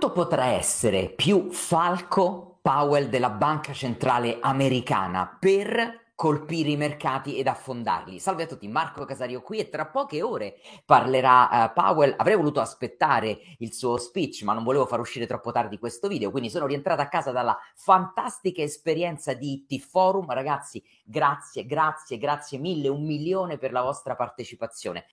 Quanto potrà essere più falco Powell della Banca Centrale Americana per colpire i mercati ed affondarli? Salve a tutti, Marco Casario qui e tra poche ore parlerà Powell. Avrei voluto aspettare il suo speech, ma non volevo far uscire troppo tardi questo video, quindi sono rientrata a casa dalla fantastica esperienza di T-Forum. Ragazzi, grazie mille, 1 milione per la vostra partecipazione.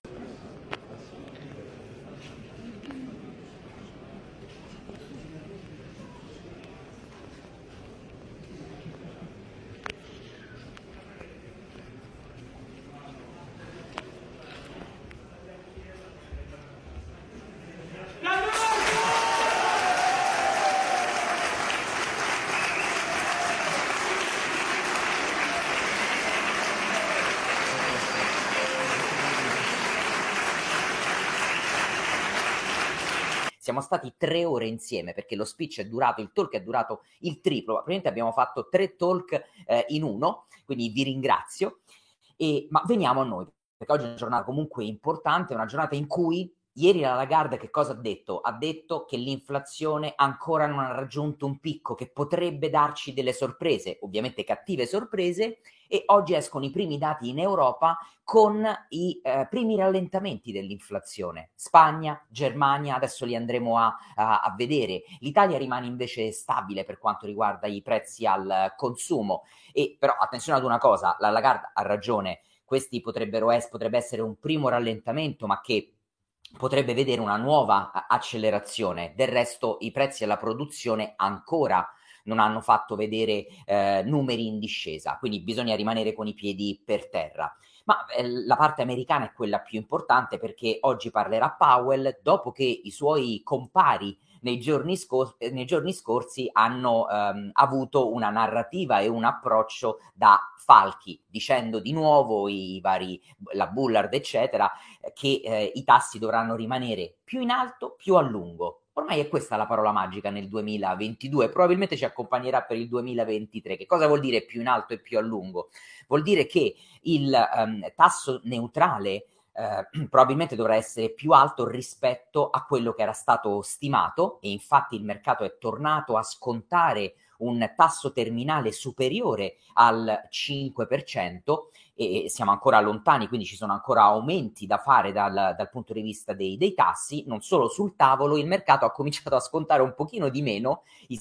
Siamo stati 3 ore insieme perché lo speech è durato, il talk è durato il triplo, praticamente abbiamo fatto 3 talk in uno, quindi vi ringrazio. Ma veniamo a noi, perché oggi è una giornata comunque importante, una giornata in cui ieri la Lagarde che cosa ha detto? Ha detto che l'inflazione ancora non ha raggiunto un picco che potrebbe darci delle sorprese, ovviamente cattive sorprese, e oggi escono i primi dati in Europa con i primi rallentamenti dell'inflazione. Spagna, Germania, adesso li andremo a vedere. L'Italia rimane invece stabile per quanto riguarda i prezzi al consumo. E però attenzione ad una cosa, la Lagarde ha ragione, questi potrebbe essere un primo rallentamento, ma che potrebbe vedere una nuova accelerazione. Del resto i prezzi alla produzione ancora non hanno fatto vedere numeri in discesa, quindi bisogna rimanere con i piedi per terra. Ma la parte americana è quella più importante perché oggi parlerà Powell dopo che i suoi compari nei giorni scorsi hanno avuto una narrativa e un approccio da falchi, dicendo di nuovo la Bullard eccetera, che i tassi dovranno rimanere più in alto, più a lungo. Ormai è questa la parola magica nel 2022, probabilmente ci accompagnerà per il 2023. Che cosa vuol dire più in alto e più a lungo? Vuol dire che il tasso neutrale probabilmente dovrà essere più alto rispetto a quello che era stato stimato e infatti il mercato è tornato a scontare un tasso terminale superiore al 5% e siamo ancora lontani, quindi ci sono ancora aumenti da fare dal punto di vista dei tassi. Non solo sul tavolo, il mercato ha cominciato a scontare un pochino di meno i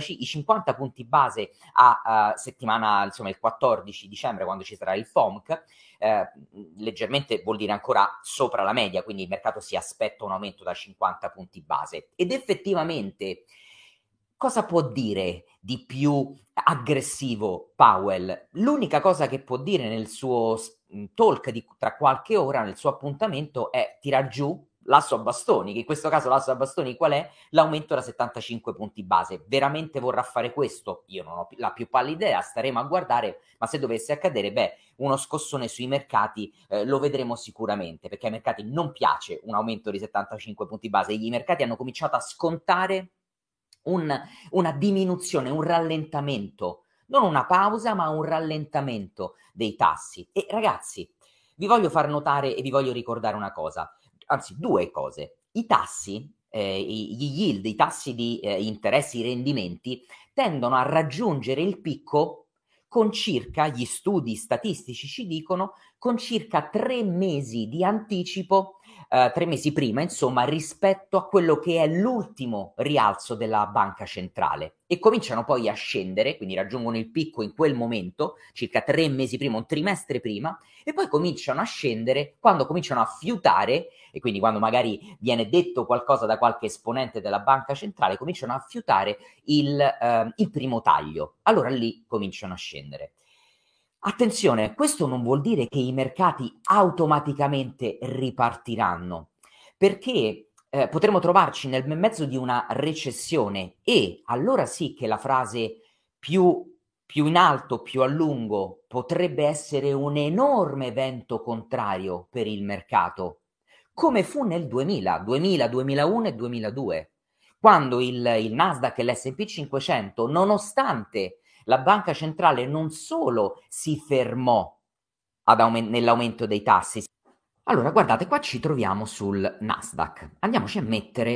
50 punti base a settimana, insomma il 14 dicembre quando ci sarà il FOMC, leggermente vuol dire ancora sopra la media, quindi il mercato si aspetta un aumento da 50 punti base. Ed effettivamente cosa può dire di più aggressivo Powell? L'unica cosa che può dire nel suo talk tra qualche ora, nel suo appuntamento, è tirar giù l'asso a bastoni, che in questo caso l'asso a bastoni qual è? L'aumento da 75 punti base. Veramente vorrà fare questo? Io non ho la più pallida idea, staremo a guardare, ma se dovesse accadere, uno scossone sui mercati lo vedremo sicuramente, perché ai mercati non piace un aumento di 75 punti base. I mercati hanno cominciato a scontare una diminuzione, un rallentamento, non una pausa, ma un rallentamento dei tassi. E ragazzi, vi voglio far notare e vi voglio ricordare una cosa, anzi 2 cose. I tassi, gli yield, i tassi di interessi, i rendimenti, tendono a raggiungere il picco con circa, gli studi statistici ci dicono, con circa 3 mesi di anticipo 3 mesi prima, insomma, rispetto a quello che è l'ultimo rialzo della banca centrale e cominciano poi a scendere, quindi raggiungono il picco in quel momento, circa 3 mesi prima, un trimestre prima, e poi cominciano a scendere quando cominciano a fiutare, e quindi quando magari viene detto qualcosa da qualche esponente della banca centrale, cominciano a fiutare il primo taglio. Allora lì cominciano a scendere. Attenzione, questo non vuol dire che i mercati automaticamente ripartiranno, perché potremo trovarci nel mezzo di una recessione e allora sì che la frase più in alto, più a lungo potrebbe essere un enorme evento contrario per il mercato, come fu nel 2001 e 2002, quando il Nasdaq e l'S&P 500, nonostante la banca centrale non solo si fermò nell'aumento dei tassi. Allora, guardate, qua ci troviamo sul Nasdaq. Andiamoci a mettere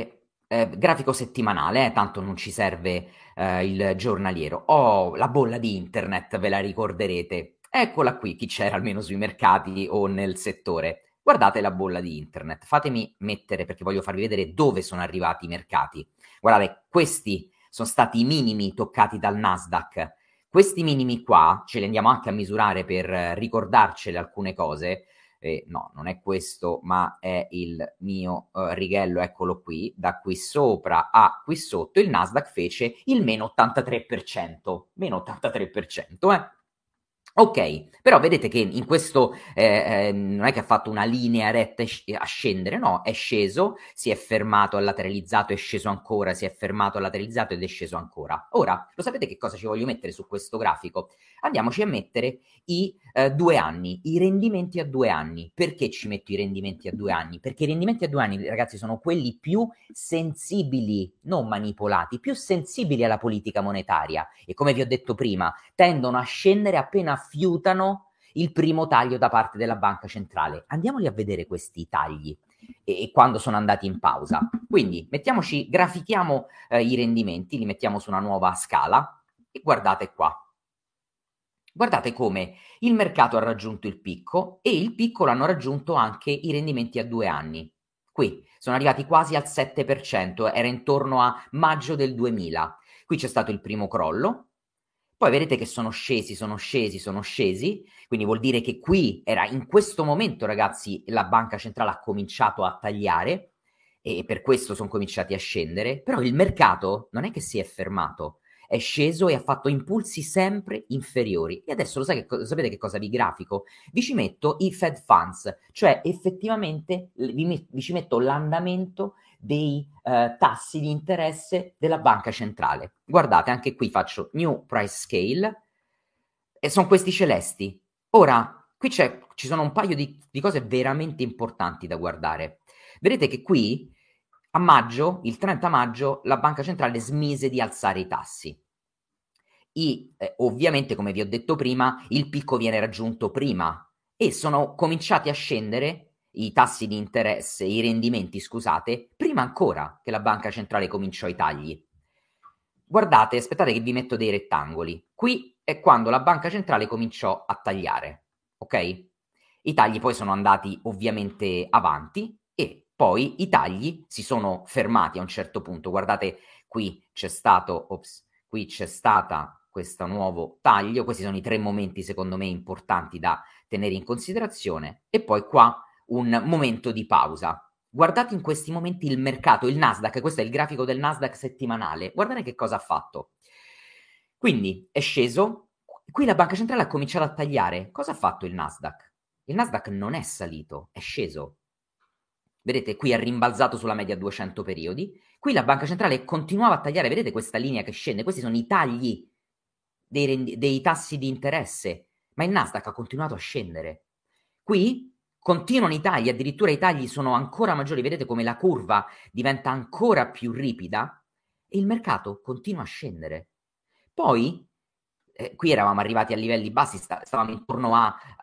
Grafico settimanale, tanto non ci serve il giornaliero. Oh, la bolla di internet, ve la ricorderete. Eccola qui, chi c'era almeno sui mercati o nel settore. Guardate la bolla di internet. Fatemi mettere, perché voglio farvi vedere dove sono arrivati i mercati. Guardate, questi sono stati i minimi toccati dal Nasdaq. Questi minimi qua ce li andiamo anche a misurare per ricordarcele alcune cose. No, non è questo, ma è il mio righello, eccolo qui, da qui sopra a qui sotto, il Nasdaq fece il meno 83%, meno 83%, Ok, però vedete che in questo non è che ha fatto una linea retta a scendere, no, è sceso, si è fermato, ha lateralizzato, è sceso ancora, si è fermato, ha lateralizzato ed è sceso ancora. Ora, lo sapete che cosa ci voglio mettere su questo grafico? Andiamoci a mettere i 2 anni, i rendimenti a 2 anni. Perché ci metto i rendimenti a 2 anni? Perché i rendimenti a 2 anni, ragazzi, sono quelli più sensibili, non manipolati, più sensibili alla politica monetaria e come vi ho detto prima, tendono a scendere appena fiutano il primo taglio da parte della banca centrale. Andiamoli a vedere questi tagli e quando sono andati in pausa. Quindi mettiamoci, grafichiamo i rendimenti, li mettiamo su una nuova scala e guardate qua. Guardate come il mercato ha raggiunto il picco e il picco l'hanno raggiunto anche i rendimenti a 2 anni. Qui sono arrivati quasi al 7%, era intorno a maggio del 2000. Qui c'è stato il primo crollo, poi vedete che sono scesi, sono scesi, sono scesi, quindi vuol dire che qui era in questo momento, ragazzi, la banca centrale ha cominciato a tagliare e per questo sono cominciati a scendere, però il mercato non è che si è fermato, è sceso e ha fatto impulsi sempre inferiori. E adesso sapete che cosa vi grafico? Vi ci metto i Fed Funds, cioè effettivamente vi ci metto l'andamento dei tassi di interesse della banca centrale. Guardate, anche qui faccio New Price Scale e sono questi celesti. Ora, qui ci sono un paio di cose veramente importanti da guardare. Vedete che qui a maggio, il 30 maggio, la banca centrale smise di alzare i tassi. Ovviamente, come vi ho detto prima, il picco viene raggiunto prima e sono cominciati a scendere i tassi di interesse, i rendimenti, scusate, prima ancora che la banca centrale cominciò i tagli. Guardate, aspettate che vi metto dei rettangoli. Qui è quando la banca centrale cominciò a tagliare, ok? I tagli poi sono andati ovviamente avanti e poi i tagli si sono fermati a un certo punto. Guardate, qui c'è stato, qui c'è stata questo nuovo taglio, questi sono i 3 momenti secondo me importanti da tenere in considerazione e poi qua un momento di pausa. Guardate in questi momenti il mercato, il Nasdaq, questo è il grafico del Nasdaq settimanale, guardate che cosa ha fatto. Quindi è sceso, qui la banca centrale ha cominciato a tagliare. Cosa ha fatto il Nasdaq? Il Nasdaq non è salito, è sceso. Vedete, qui è rimbalzato sulla media 200 periodi. Qui la banca centrale continuava a tagliare, vedete questa linea che scende? Questi sono i tagli dei tassi di interesse, ma il Nasdaq ha continuato a scendere. Qui continuano i tagli, addirittura i tagli sono ancora maggiori, vedete come la curva diventa ancora più ripida e il mercato continua a scendere. Poi, qui eravamo arrivati a livelli bassi, stavamo intorno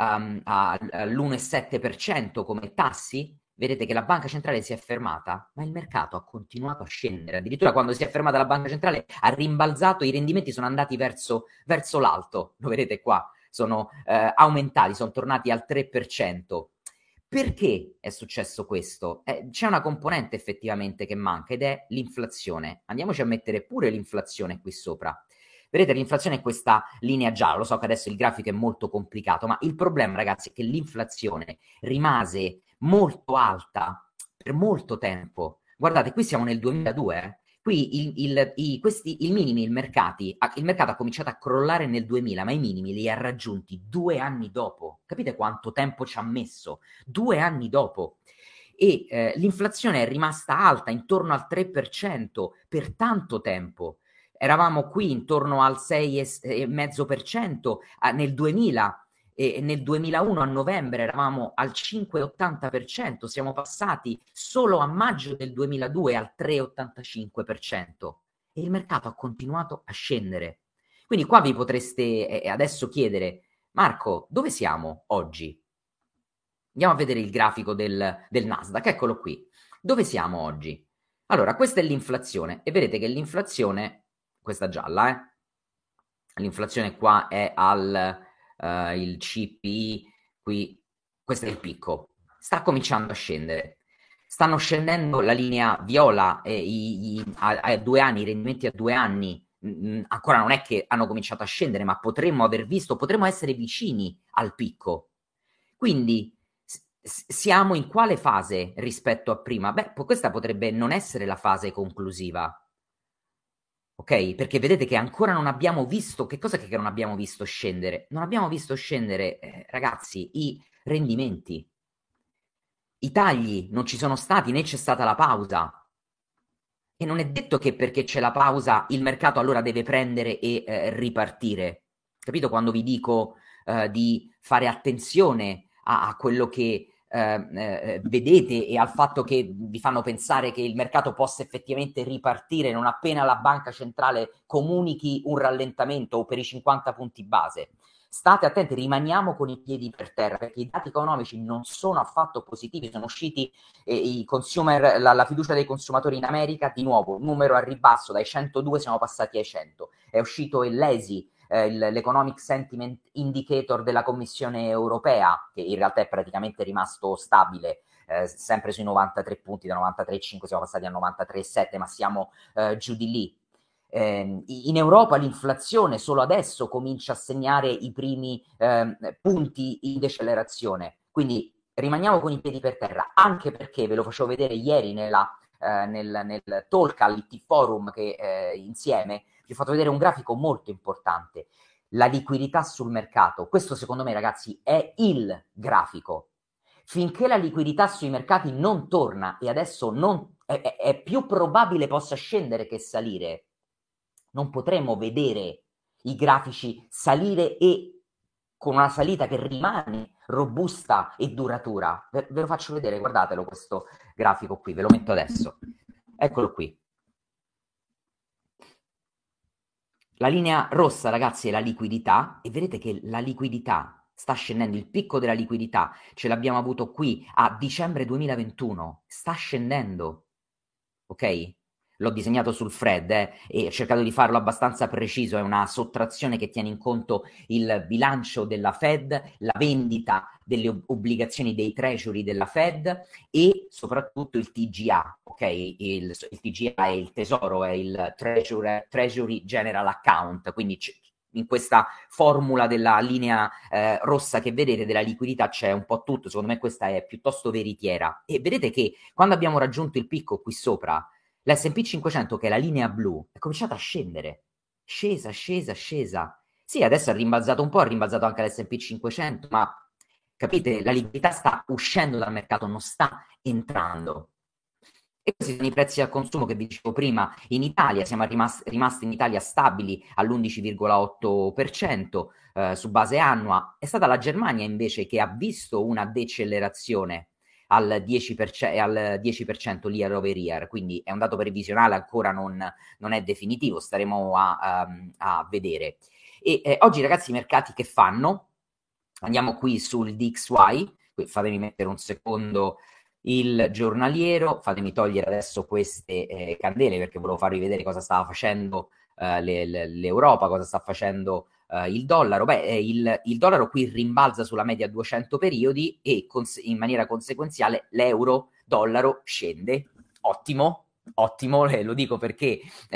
all'1,7% come tassi, vedete che la banca centrale si è fermata, ma il mercato ha continuato a scendere. Addirittura quando si è fermata la banca centrale ha rimbalzato, i rendimenti sono andati verso l'alto, lo vedete qua, sono aumentati, sono tornati al 3%. Perché è successo questo? C'è una componente effettivamente che manca ed è l'inflazione. Andiamoci a mettere pure l'inflazione qui sopra. Vedete, l'inflazione è questa linea gialla, lo so che adesso il grafico è molto complicato, ma il problema, ragazzi, è che l'inflazione rimase molto alta per molto tempo. Guardate, qui siamo nel 2002, Qui i minimi, il mercato ha cominciato a crollare nel 2000, ma i minimi li ha raggiunti 2 anni dopo. Capite quanto tempo ci ha messo? 2 anni dopo. E l'inflazione è rimasta alta, intorno al 3% per tanto tempo. Eravamo qui intorno al 6,5% nel 2000 e nel 2001 a novembre eravamo al 5,80%, siamo passati solo a maggio del 2002 al 3,85% e il mercato ha continuato a scendere. Quindi qua vi potreste adesso chiedere, Marco, dove siamo oggi? Andiamo a vedere il grafico del Nasdaq, eccolo qui. Dove siamo oggi? Allora, questa è l'inflazione e vedete che l'inflazione, questa gialla, l'inflazione qua è il CPI, qui, questo è il picco, sta cominciando a scendere. Stanno scendendo la linea viola a 2 anni, i rendimenti a 2 anni, ancora non è che hanno cominciato a scendere, ma potremmo essere vicini al picco. Quindi siamo in quale fase rispetto a prima? Beh, questa potrebbe non essere la fase conclusiva. Ok? Perché vedete che ancora non abbiamo visto, che cosa che non abbiamo visto scendere? Non abbiamo visto scendere, ragazzi, i rendimenti. I tagli non ci sono stati, né c'è stata la pausa. E non è detto che perché c'è la pausa il mercato allora deve prendere e ripartire. Capito quando vi dico di fare attenzione a quello che vedete e al fatto che vi fanno pensare che il mercato possa effettivamente ripartire non appena la banca centrale comunichi un rallentamento o per i 50 punti base. State attenti, rimaniamo con i piedi per terra perché i dati economici non sono affatto positivi, sono usciti la fiducia dei consumatori in America, di nuovo, numero a ribasso, dai 102 siamo passati ai 100. È uscito l'ESI, l'Economic Sentiment Indicator della Commissione Europea, che in realtà è praticamente rimasto stabile, sempre sui 93 punti, da 93,5 siamo passati a 93,7, ma siamo giù di lì. In Europa l'inflazione solo adesso comincia a segnare i primi punti in decelerazione, quindi rimaniamo con i piedi per terra, anche perché ve lo facevo vedere ieri nel talk all'IT Forum che insieme vi ho fatto vedere un grafico molto importante, la liquidità sul mercato. Questo secondo me ragazzi è il grafico. Finché la liquidità sui mercati non torna e adesso è più probabile possa scendere che salire, non potremo vedere i grafici salire e con una salita che rimane robusta e duratura. Ve lo faccio vedere, guardatelo questo grafico qui, ve lo metto adesso. Eccolo qui. La linea rossa, ragazzi, è la liquidità e vedete che la liquidità sta scendendo, il picco della liquidità ce l'abbiamo avuto qui a dicembre 2021, sta scendendo, ok? L'ho disegnato sul Fred e ho cercato di farlo abbastanza preciso, è una sottrazione che tiene in conto il bilancio della Fed, la vendita delle obbligazioni dei treasury della Fed e soprattutto il TGA, ok? Il TGA è il tesoro, è il Treasury General Account, quindi in questa formula della linea rossa che vedete della liquidità c'è un po' tutto, secondo me questa è piuttosto veritiera e vedete che quando abbiamo raggiunto il picco qui sopra l'S&P 500, che è la linea blu, è cominciata a scendere. Scesa, scesa, scesa. Sì, adesso è rimbalzato un po', è rimbalzato anche l'S&P 500, ma capite, la liquidità sta uscendo dal mercato, non sta entrando. E questi sono i prezzi al consumo che vi dicevo prima. In Italia siamo rimasti in Italia stabili all'11,8% su base annua. È stata la Germania invece che ha visto una decelerazione al 10% year over year, quindi è un dato previsionale, ancora non è definitivo, staremo a vedere. E oggi ragazzi i mercati che fanno? Andiamo qui sul DXY, qui fatemi mettere un secondo il giornaliero, fatemi togliere adesso queste candele perché volevo farvi vedere cosa stava facendo l'Europa, cosa sta facendo il dollaro. Beh, il dollaro qui rimbalza sulla media 200 periodi e in maniera conseguenziale l'euro-dollaro scende. Ottimo, ottimo, lo dico perché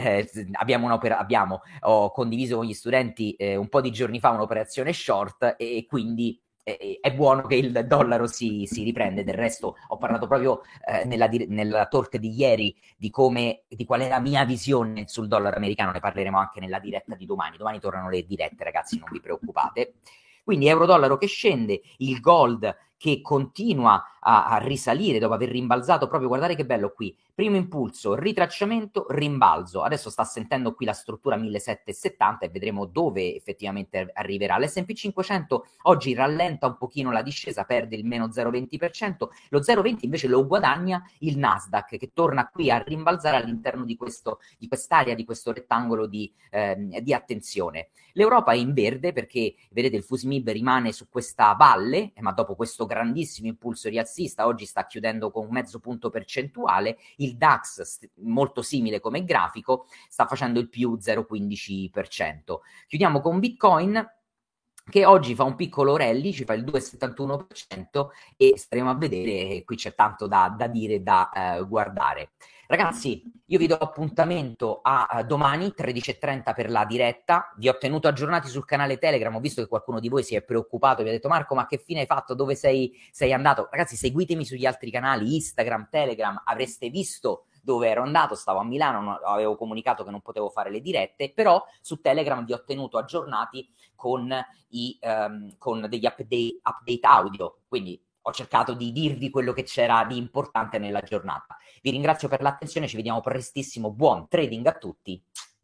ho condiviso con gli studenti un po' di giorni fa un'operazione short e quindi è buono che il dollaro si riprende. Del resto ho parlato proprio nella talk di ieri di qual è la mia visione sul dollaro americano, ne parleremo anche nella diretta di domani. Domani tornano le dirette, ragazzi, non vi preoccupate. Quindi euro-dollaro che scende, il gold che continua a risalire dopo aver rimbalzato proprio, guardate che bello qui, primo impulso, ritracciamento, rimbalzo, adesso sta sentendo qui la struttura 1770 e vedremo dove effettivamente arriverà. L'S&P 500 oggi rallenta un pochino la discesa, perde il meno 0,20%, lo 0,20 invece lo guadagna il Nasdaq che torna qui a rimbalzare all'interno di quest'area, di questo rettangolo di attenzione. L'Europa è in verde perché vedete il FTSE rimane su questa valle, ma dopo questo grandissimo impulso rialzista oggi sta chiudendo con 0,5 punto percentuale. il DAX, molto simile come grafico, sta facendo il più 0,15%. Chiudiamo con Bitcoin, che oggi fa un piccolo rally, ci fa il 2,71% e staremo a vedere, qui c'è tanto da dire, da guardare. Ragazzi, io vi do appuntamento a domani 13:30 per la diretta. Vi ho tenuto aggiornati sul canale Telegram, ho visto che qualcuno di voi si è preoccupato, vi ha detto Marco ma che fine hai fatto, dove sei andato? Ragazzi, seguitemi sugli altri canali, Instagram, Telegram, avreste visto dove ero andato, stavo a Milano, avevo comunicato che non potevo fare le dirette, però su Telegram vi ho tenuto aggiornati con degli update audio, quindi ho cercato di dirvi quello che c'era di importante nella giornata. Vi ringrazio per l'attenzione, ci vediamo prestissimo, buon trading a tutti.